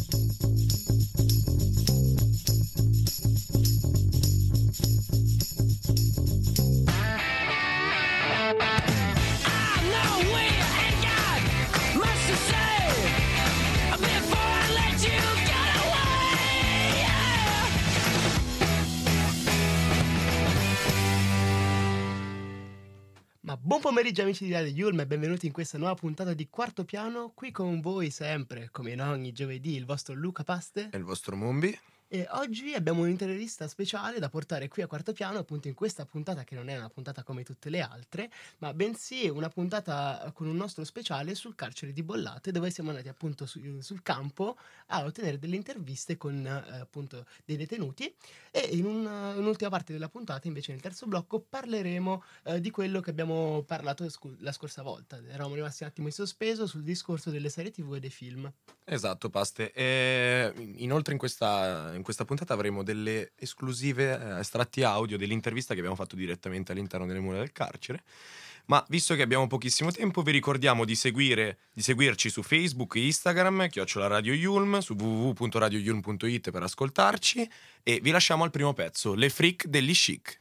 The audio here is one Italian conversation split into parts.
Buon pomeriggio amici di Radio Yulm e benvenuti in questa nuova puntata di Quarto Piano, qui con voi sempre, come in ogni giovedì, il vostro Luca Paste e il vostro Mombi. E oggi abbiamo un'intervista speciale da portare qui a Quarto Piano, appunto in questa puntata che non è una puntata come tutte le altre, ma bensì una puntata con un nostro speciale sul carcere di Bollate, dove siamo andati appunto sul campo a ottenere delle interviste con appunto dei detenuti, e in un'ultima parte della puntata, invece nel terzo blocco, parleremo di quello che abbiamo parlato la scorsa volta. Eravamo rimasti un attimo in sospeso sul discorso delle serie TV e dei film. Esatto, Paste. E inoltre in questa puntata avremo delle esclusive estratti audio dell'intervista che abbiamo fatto direttamente all'interno delle mura del carcere. Ma visto che abbiamo pochissimo tempo, vi ricordiamo di seguirci su Facebook e Instagram, @Radio Yulm, su www.radioyulm.it per ascoltarci, e vi lasciamo al primo pezzo, Le Freak degli Chic.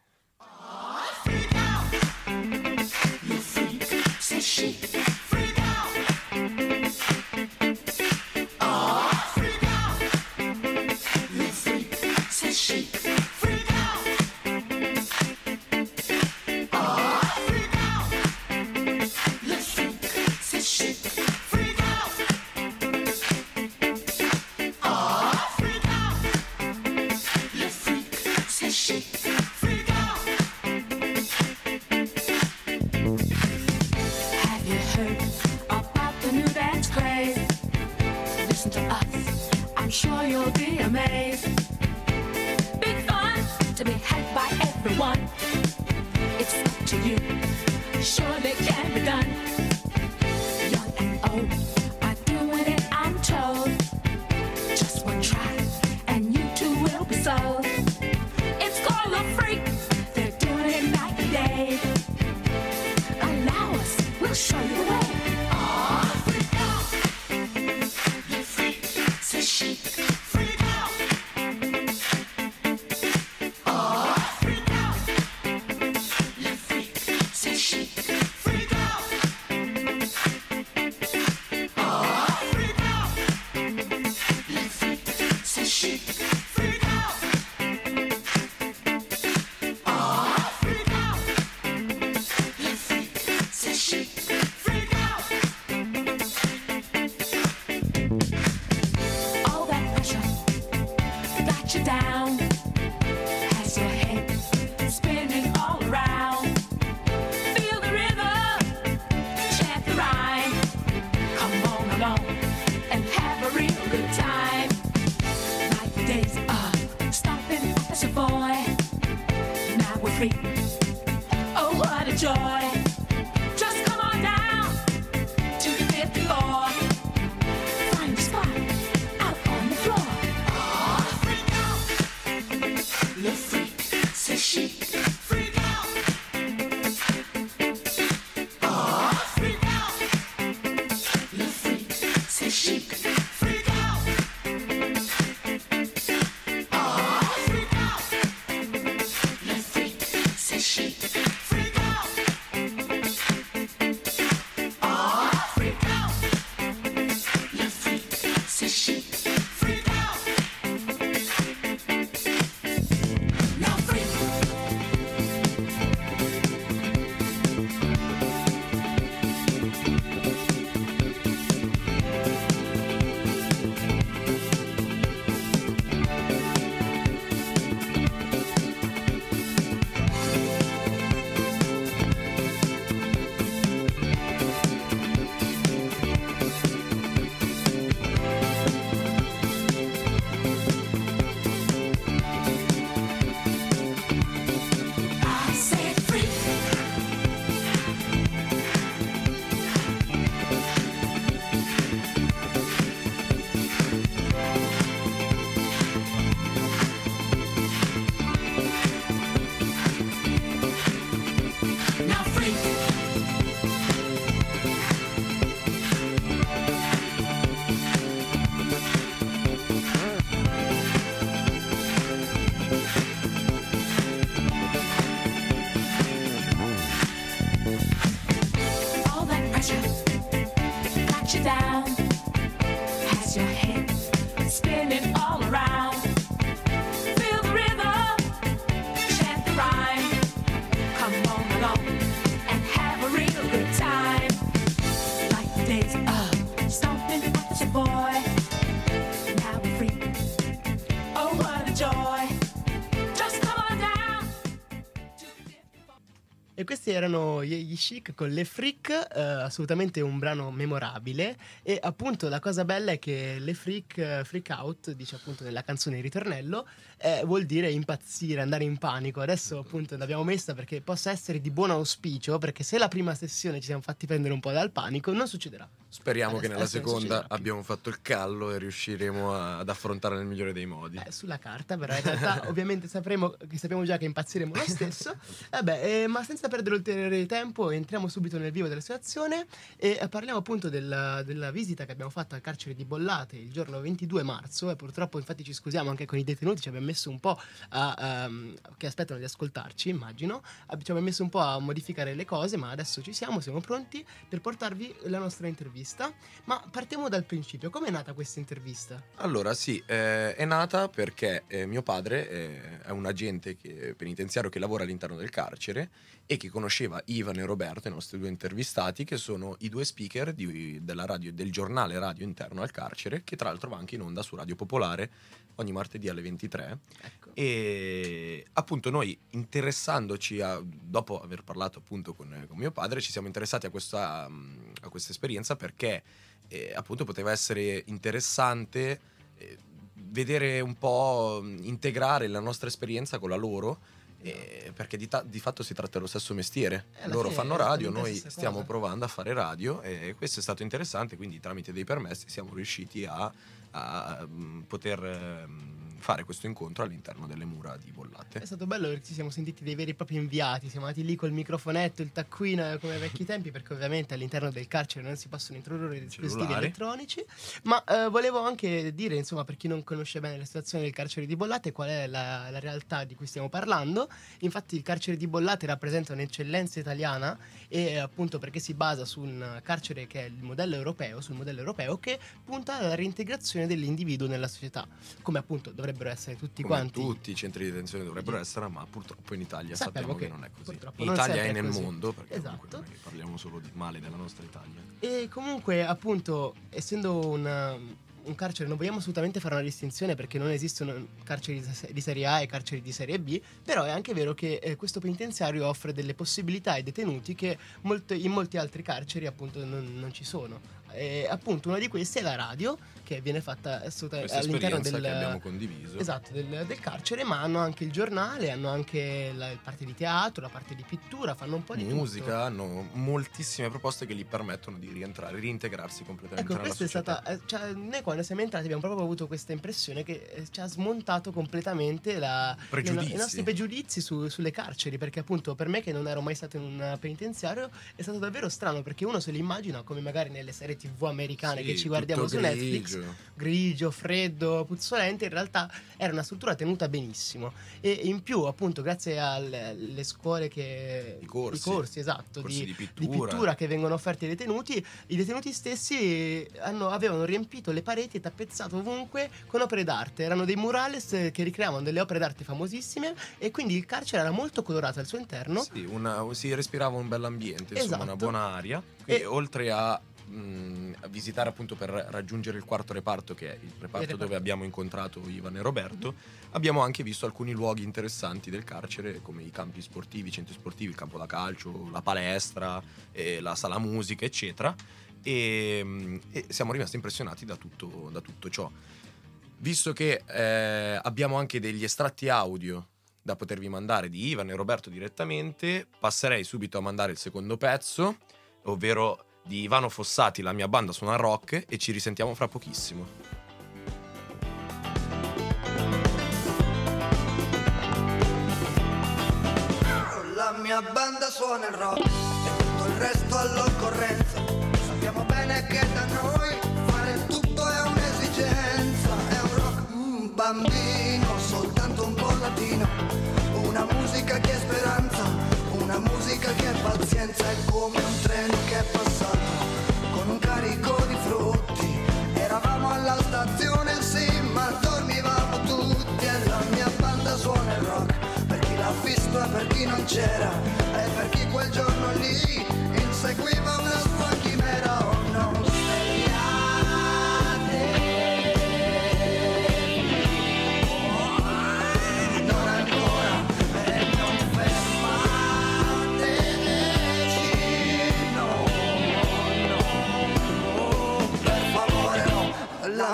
sound has your head spinning all around. Feel the rhythm, chant the rhyme. Come on along and have a real good time. Like the days of stomping at your boy. Now we're free. Oh, what a joy. Just come on down. E questi erano gli Chic con Le Freak, assolutamente un brano memorabile. E appunto la cosa bella è che Le Freak, freak out, dice appunto nella canzone il ritornello, vuol dire impazzire, andare in panico. Adesso appunto l'abbiamo messa perché possa essere di buon auspicio, perché se la prima sessione ci siamo fatti prendere un po' dal panico, non succederà. Speriamo che nella adesso non seconda succederà più. abbiamo fatto il callo e riusciremo ad affrontare nel migliore dei modi. Sulla carta, però in realtà ovviamente sappiamo già che impazziremo lo stesso. Ma senza perdere ulteriore tempo entriamo subito nel vivo della situazione e parliamo appunto della visita che abbiamo fatto al carcere di Bollate il giorno 22 marzo e purtroppo infatti ci scusiamo anche con i detenuti, ci abbiamo messo un po' che aspettano di ascoltarci, immagino, ci abbiamo messo un po' a modificare le cose, ma adesso siamo pronti per portarvi la nostra intervista. Ma partiamo dal principio, com'è nata questa intervista? Allora sì, è nata perché mio padre è un agente penitenziario che lavora all'interno del carcere e che conosceva Ivan e Roberto, i nostri due intervistati, che sono i due speaker della radio, del giornale radio interno al carcere, che tra l'altro va anche in onda su Radio Popolare ogni martedì alle 23. Ecco. E appunto noi, interessandoci dopo aver parlato appunto con mio padre, ci siamo interessati a questa esperienza perché appunto poteva essere interessante vedere un po', integrare la nostra esperienza con la loro, perché di fatto si tratta dello stesso mestiere. Loro fanno radio, noi stiamo provando a fare radio e questo è stato interessante, quindi tramite dei permessi siamo riusciti a poter fare questo incontro all'interno delle mura di Bollate. È stato bello perché ci siamo sentiti dei veri e propri inviati, siamo andati lì col microfonetto, il taccuino come ai vecchi tempi, perché ovviamente all'interno del carcere non si possono introdurre dispositivi Cellulari. elettronici, ma volevo anche dire, insomma, per chi non conosce bene la situazione del carcere di Bollate, qual è la realtà di cui stiamo parlando. Infatti il carcere di Bollate rappresenta un'eccellenza italiana e appunto perché si basa su un carcere che è sul modello europeo che punta alla reintegrazione dell'individuo nella società, come appunto dovrebbero essere tutti Come quanti. tutti i centri di detenzione dovrebbero essere, ma purtroppo in Italia sappiamo che non è così. purtroppo In non Italia sempre e è nel così. mondo, perché Esatto. comunque noi parliamo solo di male della nostra Italia. E comunque appunto essendo un carcere non vogliamo assolutamente fare una distinzione perché non esistono carceri di serie A e carceri di serie B, però è anche vero che questo penitenziario offre delle possibilità ai detenuti che in molti altri carceri appunto non ci sono. E appunto una di queste è la radio, che viene fatta all'interno che abbiamo condiviso. Esatto, del carcere, ma hanno anche il giornale, hanno anche la parte di teatro, la parte di pittura, fanno un po' di musica, tutto. hanno moltissime proposte che gli permettono di reintegrarsi completamente Ecco, nella questa società. è stata noi quando siamo entrati abbiamo proprio avuto questa impressione che ci ha smontato completamente i nostri pregiudizi sulle carceri, perché appunto per me che non ero mai stato in un penitenziario è stato davvero strano, perché uno se li immagina come magari nelle serie TV americane che ci guardiamo su Netflix, grigio, freddo, puzzolente. In realtà era una struttura tenuta benissimo e in più appunto grazie alle scuole I corsi, esatto, corsi di di pittura che vengono offerti ai detenuti, i detenuti stessi avevano riempito le pareti e tappezzato ovunque con opere d'arte. Erano dei murales che ricreavano delle opere d'arte famosissime e quindi il carcere era molto colorato al suo interno. Sì, si respirava un bell'ambiente, insomma, Esatto. una buona aria. Quindi oltre a visitare appunto per raggiungere il quarto reparto, che è il reparto dove abbiamo incontrato Ivan e Roberto, abbiamo anche visto alcuni luoghi interessanti del carcere, come i campi sportivi, i centri sportivi, il campo da calcio, la palestra, la sala musica, eccetera, e siamo rimasti impressionati da tutto ciò. Visto che abbiamo anche degli estratti audio da potervi mandare di Ivan e Roberto direttamente, passerei subito a mandare il secondo pezzo, ovvero di Ivano Fossati, La mia banda suona rock, e ci risentiamo fra pochissimo. La mia banda suona il rock e tutto il resto all'occorrenza. Sappiamo bene che da noi fare tutto è un'esigenza. È un rock bambino, soltanto un po' latino. Una musica che è speranza, una musica che è pazienza. È come un treno che è passato con un carico di frutta.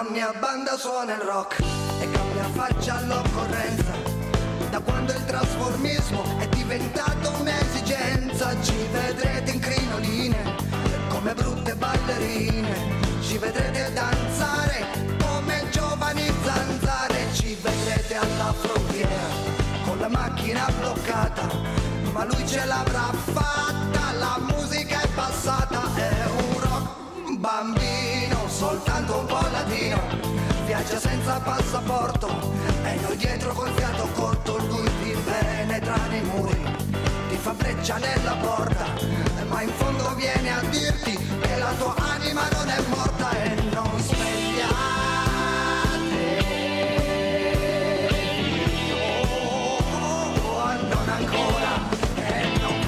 La mia banda suona il rock e cambia faccia all'occorrenza. Da quando il trasformismo è diventato un'esigenza, ci vedrete in crinoline come brutte ballerine, ci vedrete danzare come giovani zanzare, ci vedrete alla frontiera con la macchina bloccata, ma lui ce l'avrà fatta, la musica è passata, è un rock bambino, soltanto un po' latino, viaggia senza passaporto e noi dietro col fiato corto, lui ti penetra nei muri, ti fa breccia nella porta, ma in fondo viene a dirti che la tua anima non è morta e non svegliate, non ancora, e non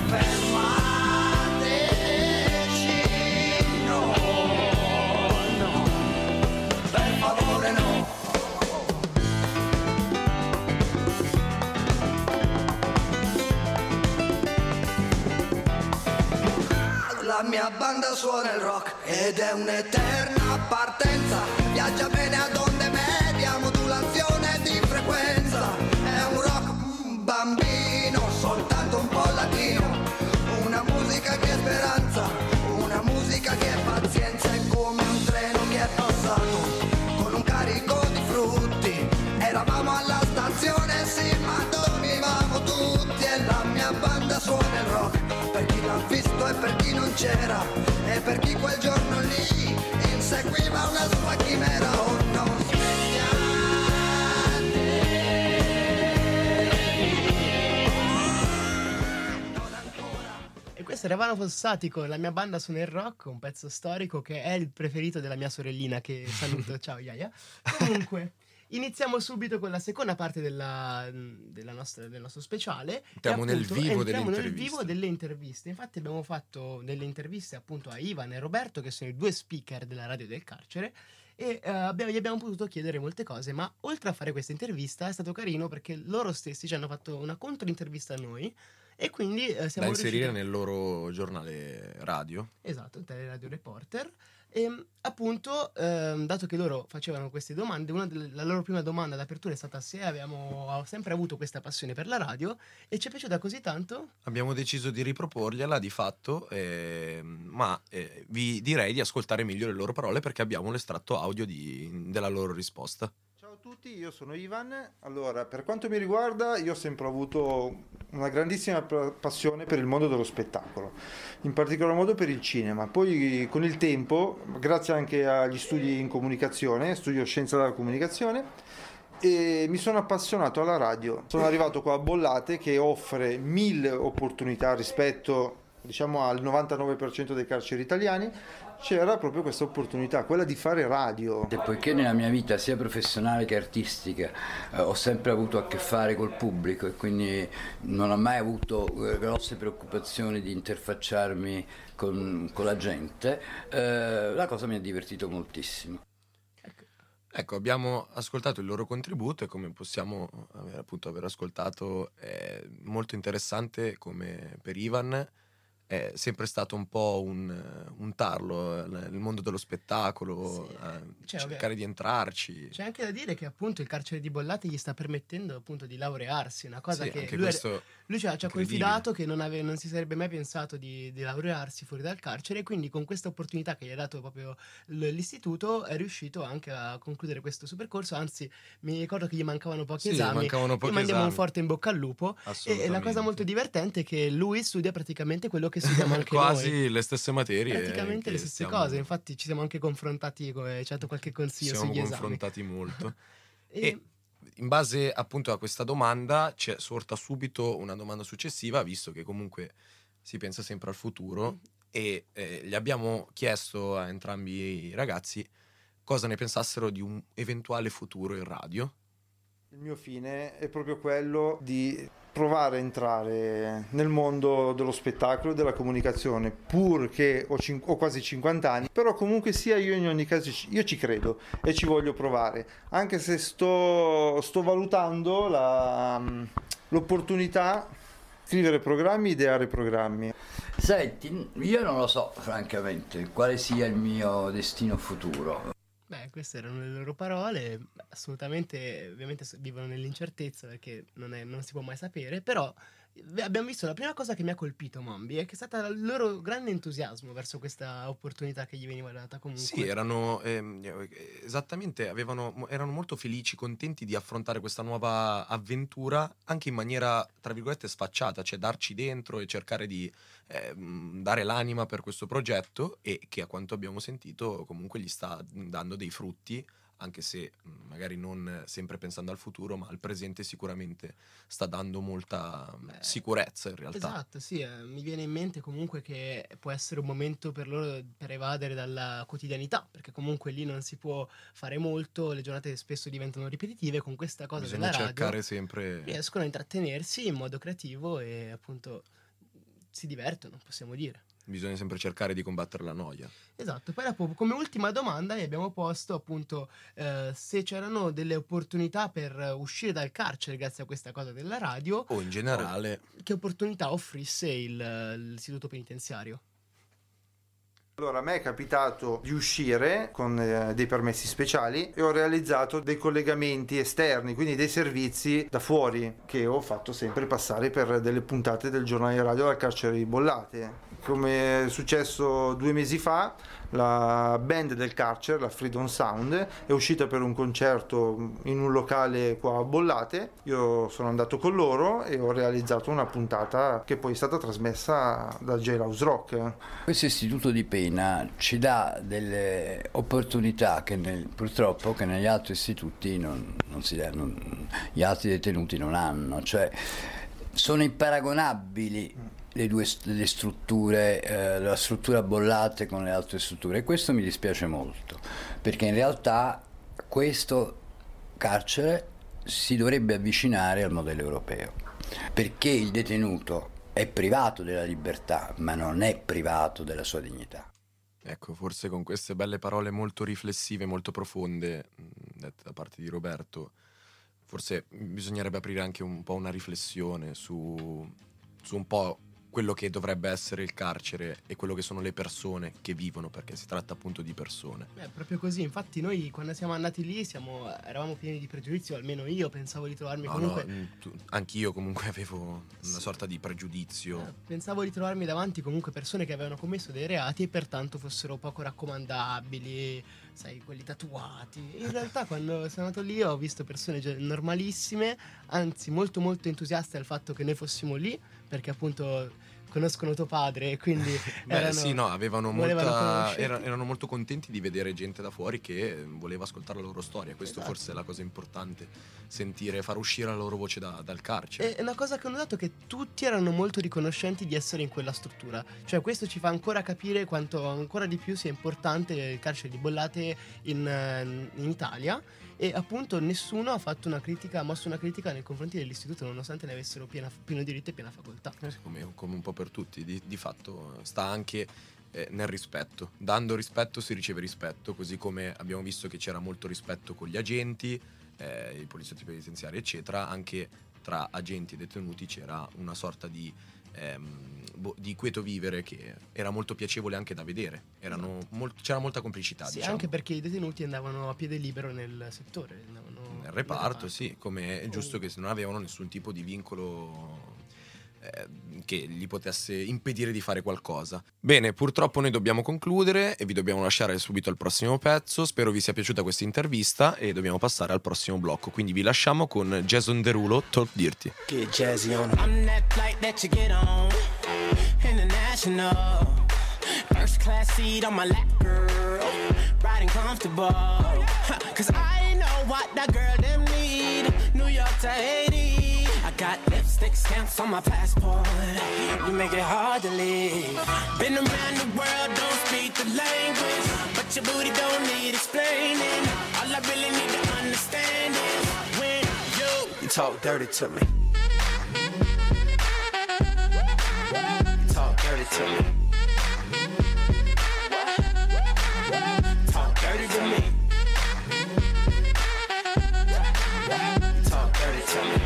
fermateci, no, no, per favore no. La mia banda suona il rock ed è un'eterna partenza, viaggia bene ad onde medie, a modulazione di frequenza, è un rock bambino, soltanto un po' latino, una musica che è speranza, una musica che è pazienza, è come un treno che è passato con un carico di frutti, eravamo alla stazione sì ma dormivamo tutti e la mia banda suona il rock, per chi l'ha visto e per chi non c'era, e per chi quel giorno lì inseguiva una sua chimera, oh non E questo era Vano Fossati con La mia banda suona il rock, un pezzo storico che è il preferito della mia sorellina che saluto, ciao Iaia. Comunque, iniziamo subito con la seconda parte del nostro speciale. Entriamo nel vivo delle entriamo nel interviste. vivo delle interviste. Infatti abbiamo fatto delle interviste appunto a Ivan e Roberto, che sono i due speaker della radio del carcere, e gli abbiamo potuto chiedere molte cose, ma oltre a fare questa intervista è stato carino perché loro stessi ci hanno fatto una controintervista a noi e quindi siamo Da inserire riusciti nel loro giornale radio. Esatto, Teleradio Reporter. E appunto, dato che loro facevano queste domande, la loro prima domanda d'apertura è stata se ho sempre avuto questa passione per la radio e ci è piaciuta così tanto. Abbiamo deciso di riproporgliela di fatto, ma vi direi di ascoltare meglio le loro parole perché abbiamo l'estratto audio della loro risposta. Ciao a tutti, io sono Ivan. Allora, per quanto mi riguarda, io ho sempre avuto una grandissima passione per il mondo dello spettacolo, in particolar modo per il cinema. Poi con il tempo, grazie anche agli studi in comunicazione, studio scienza della comunicazione, e mi sono appassionato alla radio. Sono arrivato qua a Bollate che offre 1000 opportunità rispetto, diciamo, al 99% dei carceri italiani. C'era proprio questa opportunità, quella di fare radio. E poiché nella mia vita sia professionale che artistica ho sempre avuto a che fare col pubblico e quindi non ho mai avuto grosse preoccupazioni di interfacciarmi con la gente, la cosa mi ha divertito moltissimo. Ecco, abbiamo ascoltato il loro contributo e come possiamo aver ascoltato è molto interessante come per Ivan è sempre stato un po' un tarlo nel mondo dello spettacolo, Sì, cercare di entrarci. C'è anche da dire che appunto il carcere di Bollate gli sta permettendo appunto di laurearsi, una cosa Sì, che anche lui questo ci ha incredibile. confidato che non si sarebbe mai pensato di laurearsi fuori dal carcere e quindi con questa opportunità che gli ha dato proprio l'istituto è riuscito anche a concludere questo suo percorso, anzi mi ricordo che gli mancavano pochi Sì, esami, mancavano pochi gli mandiamo un esami. forte in bocca al lupo e la Assolutamente. cosa molto divertente è che lui studia praticamente quello che studiamo anche quasi noi. le stesse materie. Praticamente le che stesse stiamo- cose, infatti ci siamo anche confrontati, c'è stato qualche Ci consiglio siamo sugli esami. confrontati molto. E- E in base appunto a questa domanda c'è sorta subito una domanda successiva, visto che comunque si pensa sempre al futuro, e gli abbiamo chiesto a entrambi i ragazzi cosa ne pensassero di un eventuale futuro in radio. Il mio fine è proprio quello di provare a entrare nel mondo dello spettacolo e della comunicazione, pur che ho quasi 50 anni, però comunque sia io in ogni caso io ci credo e ci voglio provare, anche se sto valutando l'opportunità di scrivere programmi, ideare programmi. Senti, io non lo so francamente quale sia il mio destino futuro. Beh, queste erano le loro parole, assolutamente, ovviamente vivono nell'incertezza perché non si può mai sapere, però abbiamo visto la prima cosa che mi ha colpito Mombi è che è stata il loro grande entusiasmo verso questa opportunità che gli veniva data comunque. Sì, erano esattamente, erano molto felici, contenti di affrontare questa nuova avventura anche in maniera, tra virgolette, sfacciata, cioè darci dentro e cercare di dare l'anima per questo progetto, e che a quanto abbiamo sentito comunque gli sta dando dei frutti, anche se magari non sempre pensando al futuro, ma al presente sicuramente sta dando molta sicurezza in realtà. Esatto, sì, mi viene in mente comunque che può essere un momento per loro per evadere dalla quotidianità, perché comunque lì non si può fare molto, le giornate spesso diventano ripetitive, con questa cosa Bisogna della cercare radio sempre. riescono a intrattenersi in modo creativo e appunto si divertono, possiamo dire. Bisogna sempre cercare di combattere la noia. Esatto, poi dopo come ultima domanda gli abbiamo posto appunto se c'erano delle opportunità per uscire dal carcere grazie a questa cosa della radio, O in generale. che opportunità offrisse l'istituto penitenziario. Allora, a me è capitato di uscire con dei permessi speciali e ho realizzato dei collegamenti esterni, quindi dei servizi da fuori, che ho fatto sempre passare per delle puntate del giornale radio dal carcere di Bollate. Come è successo 2 mesi fa, la band del carcere, la Freedom Sound, è uscita per un concerto in un locale qua a Bollate. Io sono andato con loro e ho realizzato una puntata che poi è stata trasmessa da Jailhouse Rock. Questo istituto di pena ci dà delle opportunità che purtroppo che negli altri istituti gli altri detenuti non hanno, cioè sono imparagonabili le strutture, la struttura Bollate con le altre strutture, e questo mi dispiace molto, perché in realtà questo carcere si dovrebbe avvicinare al modello europeo, perché il detenuto è privato della libertà ma non è privato della sua dignità. Ecco, forse con queste belle parole molto riflessive, molto profonde, dette da parte di Roberto, forse bisognerebbe aprire anche un po' una riflessione su un po' quello che dovrebbe essere il carcere e quello che sono le persone che vivono, perché si tratta appunto di persone. Proprio così, infatti noi quando siamo andati lì eravamo pieni di pregiudizio, almeno io pensavo di trovarmi Anch'io comunque avevo una sorta di pregiudizio. Pensavo di trovarmi davanti comunque persone che avevano commesso dei reati e pertanto fossero poco raccomandabili, sai, quelli tatuati. In realtà quando sono andato lì ho visto persone normalissime, anzi molto molto entusiaste del fatto che noi fossimo lì, perché appunto conoscono tuo padre e quindi erano molto contenti di vedere gente da fuori che voleva ascoltare la loro storia. Questo forse è la cosa importante, far uscire la loro voce dal carcere. E una cosa che ho notato è che tutti erano molto riconoscenti di essere in quella struttura, cioè questo ci fa ancora capire quanto ancora di più sia importante il carcere di Bollate in Italia. E appunto nessuno ha mosso una critica nei confronti dell'istituto, nonostante ne avessero pieno diritto e piena facoltà. Come un po' per tutti, di fatto sta anche nel rispetto. Dando rispetto si riceve rispetto, così come abbiamo visto che c'era molto rispetto con gli agenti, i poliziotti penitenziari eccetera, anche tra agenti e detenuti c'era una sorta di quieto vivere che era molto piacevole anche da vedere. C'era molta complicità, sì, diciamo. Anche perché i detenuti andavano a piede libero nel settore, nel reparto, sì, come è giusto che se non avevano nessun tipo di vincolo che gli potesse impedire di fare qualcosa. Bene, purtroppo noi dobbiamo concludere e vi dobbiamo lasciare subito al prossimo pezzo. Spero vi sia piaciuta questa intervista e dobbiamo passare al prossimo blocco, quindi vi lasciamo con Jason Derulo, Talk Dirty. Get jazzy on. I'm that flight that you get on, international, first class seat on my lap, girl, riding comfortable, cause I know what that girl them need, New York to Haiti, I got lipstick stamps on my passport, you make it hard to leave, been around the world, don't speak the language, but your booty don't need explaining, all I really need to understand is when you talk dirty to me. Talk dirty to me. talk dirty to me. Talk dirty to me.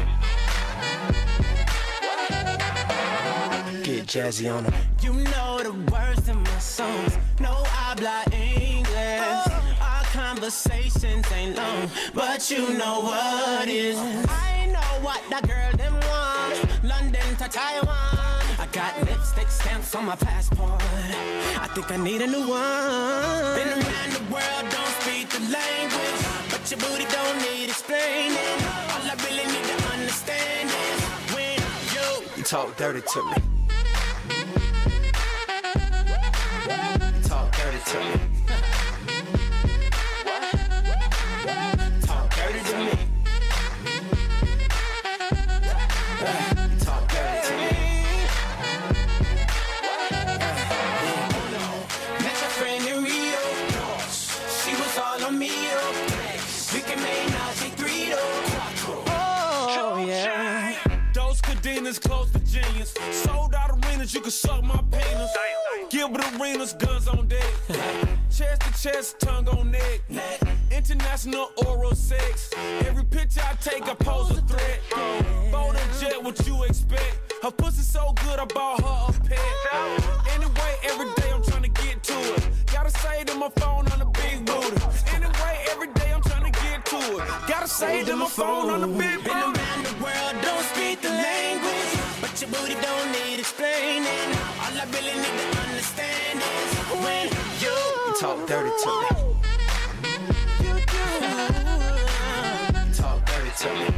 Get jazzy on them. You know the words in my songs. No habla English. Our conversation conversations ain't long, but you know what is. I know what the girl them want, London to Taiwan. I got lipstick stamps on my passport, I think I need a new one. Been around the world, don't speak the language, but your booty don't need explaining. All I really need to understand is when you talk dirty to me. Talk dirty to me. Talk dirty to me. Talk dirty to me. met your friend in Rio, she was all on me, we can make Nazi 3 oh yeah. Those cadenas close to genius. Sold out arenas, you can suck my penis. Gilbert Arenas, guns on deck. Chest to chest, tongue on neck. International oral sex. Every picture I take, I pose a threat. Bold and jet, what you expect? Her pussy so good, I bought her a pet. Anyway, every day I'm trying to get to it. Gotta say to my phone on the big booty. Anyway, every day I'm trying to get to it. Gotta say to my phone on the big Been booty. around the world, don't speak the language, but your booty don't need explaining. All I really need to understand is when you Talk dirty to me. Talk dirty to me.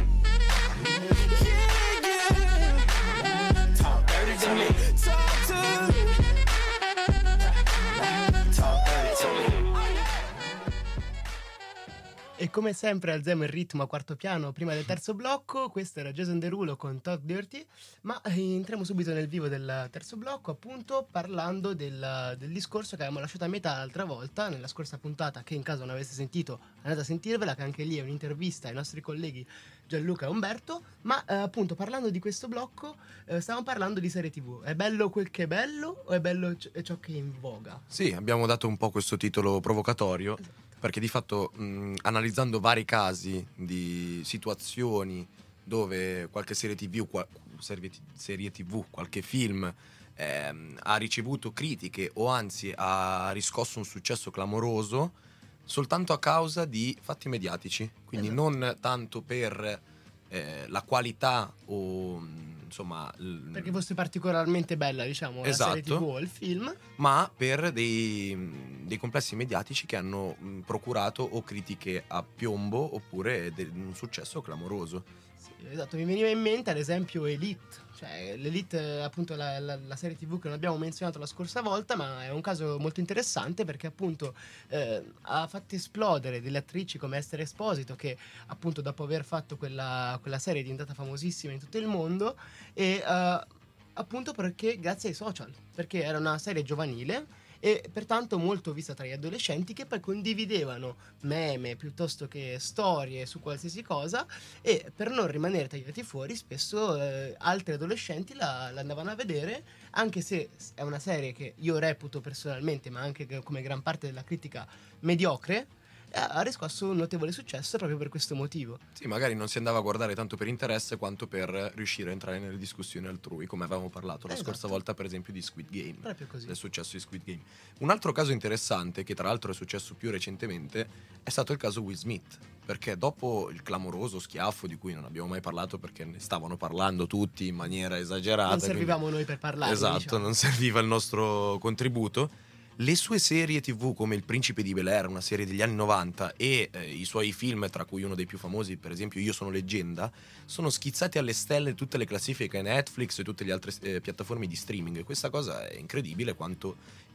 Talk dirty to me. talk to me. Talk dirty to me. E come sempre alziamo il ritmo a quarto piano prima del terzo blocco. Questo era Jason Derulo con Talk Dirty, ma entriamo subito nel vivo del terzo blocco, appunto parlando del discorso che avevamo lasciato a metà l'altra volta, nella scorsa puntata, che in caso non aveste sentito andate a sentirvela, che anche lì è un'intervista ai nostri colleghi Gianluca e Umberto. Ma appunto parlando di questo blocco stavamo parlando di serie TV. È bello quel che è bello o è bello ciò che è in voga? Sì, abbiamo dato un po' questo titolo provocatorio, perché di fatto analizzando vari casi di situazioni dove qualche serie TV, qualche film ha ricevuto critiche o anzi ha riscosso un successo clamoroso soltanto a causa di fatti mediatici, quindi non tanto per la qualità o insomma Perché fosse particolarmente bella, diciamo, la serie TV o il film, ma per dei complessi mediatici che hanno procurato o critiche a piombo oppure un successo clamoroso. Sì, esatto, mi veniva in mente ad esempio Elite, cioè l'Elite appunto la serie TV che non abbiamo menzionato la scorsa volta, ma è un caso molto interessante perché appunto ha fatto esplodere delle attrici come Esther Esposito, che appunto dopo aver fatto quella serie è diventata famosissima in tutto il mondo, e appunto perché grazie ai social, perché era una serie giovanile e pertanto molto vista tra gli adolescenti, che poi condividevano meme piuttosto che storie su qualsiasi cosa, e per non rimanere tagliati fuori spesso altri adolescenti la andavano a vedere, anche se è una serie che io reputo personalmente, ma anche come gran parte della critica, mediocre. Ha riscosso un notevole successo proprio per questo motivo. Sì, magari non si andava a guardare tanto per interesse quanto per riuscire a entrare nelle discussioni altrui, come avevamo parlato la scorsa volta per esempio di Squid Game, Proprio così. del successo di Squid Game. Un altro caso interessante, che tra l'altro è successo più recentemente, è stato il caso Will Smith, perché dopo il clamoroso schiaffo di cui non abbiamo mai parlato perché ne stavano parlando tutti in maniera esagerata, Non servivamo noi per parlare. esatto, diciamo. non serviva il nostro contributo. Le sue serie TV come Il Principe di Bel-Air, una serie degli anni 90, e i suoi film, tra cui uno dei più famosi, per esempio Io sono leggenda, sono schizzati alle stelle tutte le classifiche Netflix e tutte le altre piattaforme di streaming. Questa cosa è incredibile, quanto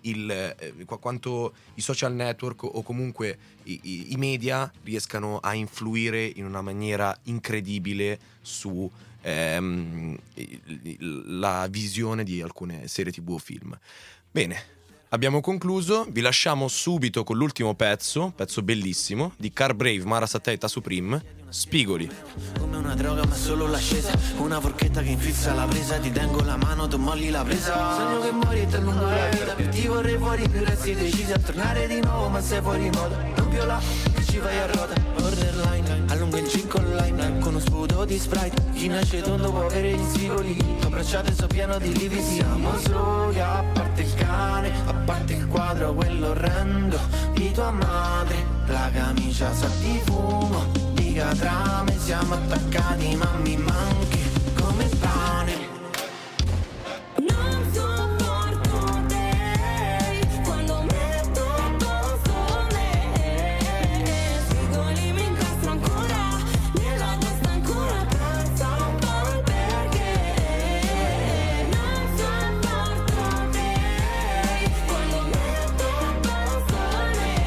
i social network o comunque i media riescano a influire in una maniera incredibile su la visione di alcune serie TV o film. Bene. Abbiamo concluso, vi lasciamo subito con l'ultimo pezzo bellissimo di Car Brave, Mara Sattei, Supreme, Spigoli. Come una droga ma solo l'ascesa, una forchetta che infilza la presa, ti tengo la mano, tu molli la presa. Sogno che muori e ti allungo la vita, più ti vorrei fuori, più resti decisi a tornare di nuovo, ma sei fuori moda. Non viola, che ci fai a ruota, borderline, allungo il gin con lime, con uno sputo po' di Sprite. Chi nasce tondo può avere gli spigoli, abbracciate so pieno di lividi. Siamo soli, a parte il cane, a parte il quadro, quello orrendo di tua madre. La camicia sa di fumo, di catrame, siamo attaccati ma mi manchi come il pane. Non sopporto te quando metto addosso me. Spigoli mi incastro ancora, nella testa ancora penso un po' al perché. Non sopporto te quando metto addosso me.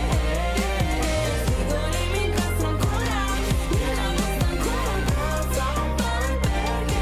Spigoli mi incastro ancora, nella testa ancora penso un po' al perché.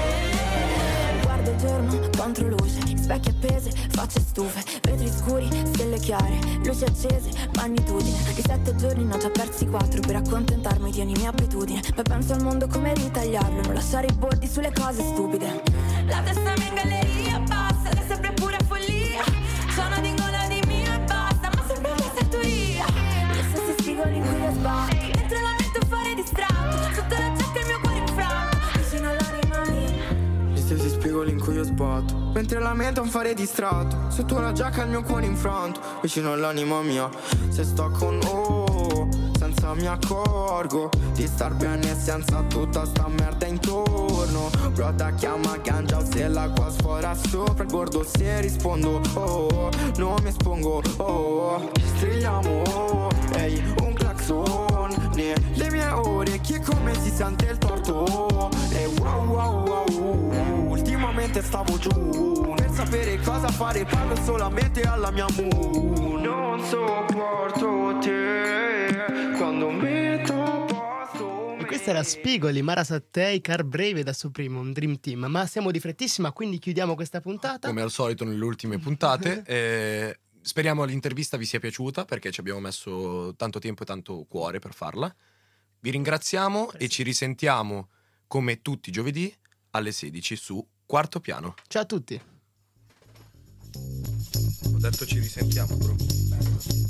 Guardo il giorno contro luce, specchi appese, facce stufe, vetri scuri, stelle chiare, luci accese, magnitudine. Di 7 giorni ne ho già persi 4 per accontentarmi di ogni mia abitudine. Poi penso al mondo come ritagliarlo, non lasciare i bordi sulle cose stupide. La testa mia in galleria passa, ed è sempre pura follia. Sono dingola di mio e basta, ma sempre una sartoria. Gli stessi spigoli in cui io sbatto, mentre la metto a fare distratto, sotto la giacca il mio cuore infranto, vicino all'anima mia. Gli stessi spigoli in cui io sbatto, mentre la mente è un fare distratto, sotto la giacca il mio cuore infranto, vicino all'anima mia. Se sto con senza mi accorgo di star bene senza tutta sta merda intorno. Broda chiama ganja o se l'acqua sfora sopra il bordo. Se rispondo non mi espongo strigliamo ehi un clacson nelle mie orecchie come si sente il torto. E wow wow wow, ultimamente stavo giù per sapere cosa fare, parlo solamente alla mia moon. Non sopporto te quando metto a posto me. Questa era Spigoli, Mara Sattei, Car Brave da Supreme, un Dream Team. Ma siamo di frettissima, quindi chiudiamo questa puntata. Come al solito nelle ultime puntate. Speriamo l'intervista vi sia piaciuta, perché ci abbiamo messo tanto tempo e tanto cuore per farla. Vi ringraziamo e ci risentiamo come tutti i giovedì alle 16 su Quarto Piano. Ciao a tutti. Ho detto ci risentiamo, bro.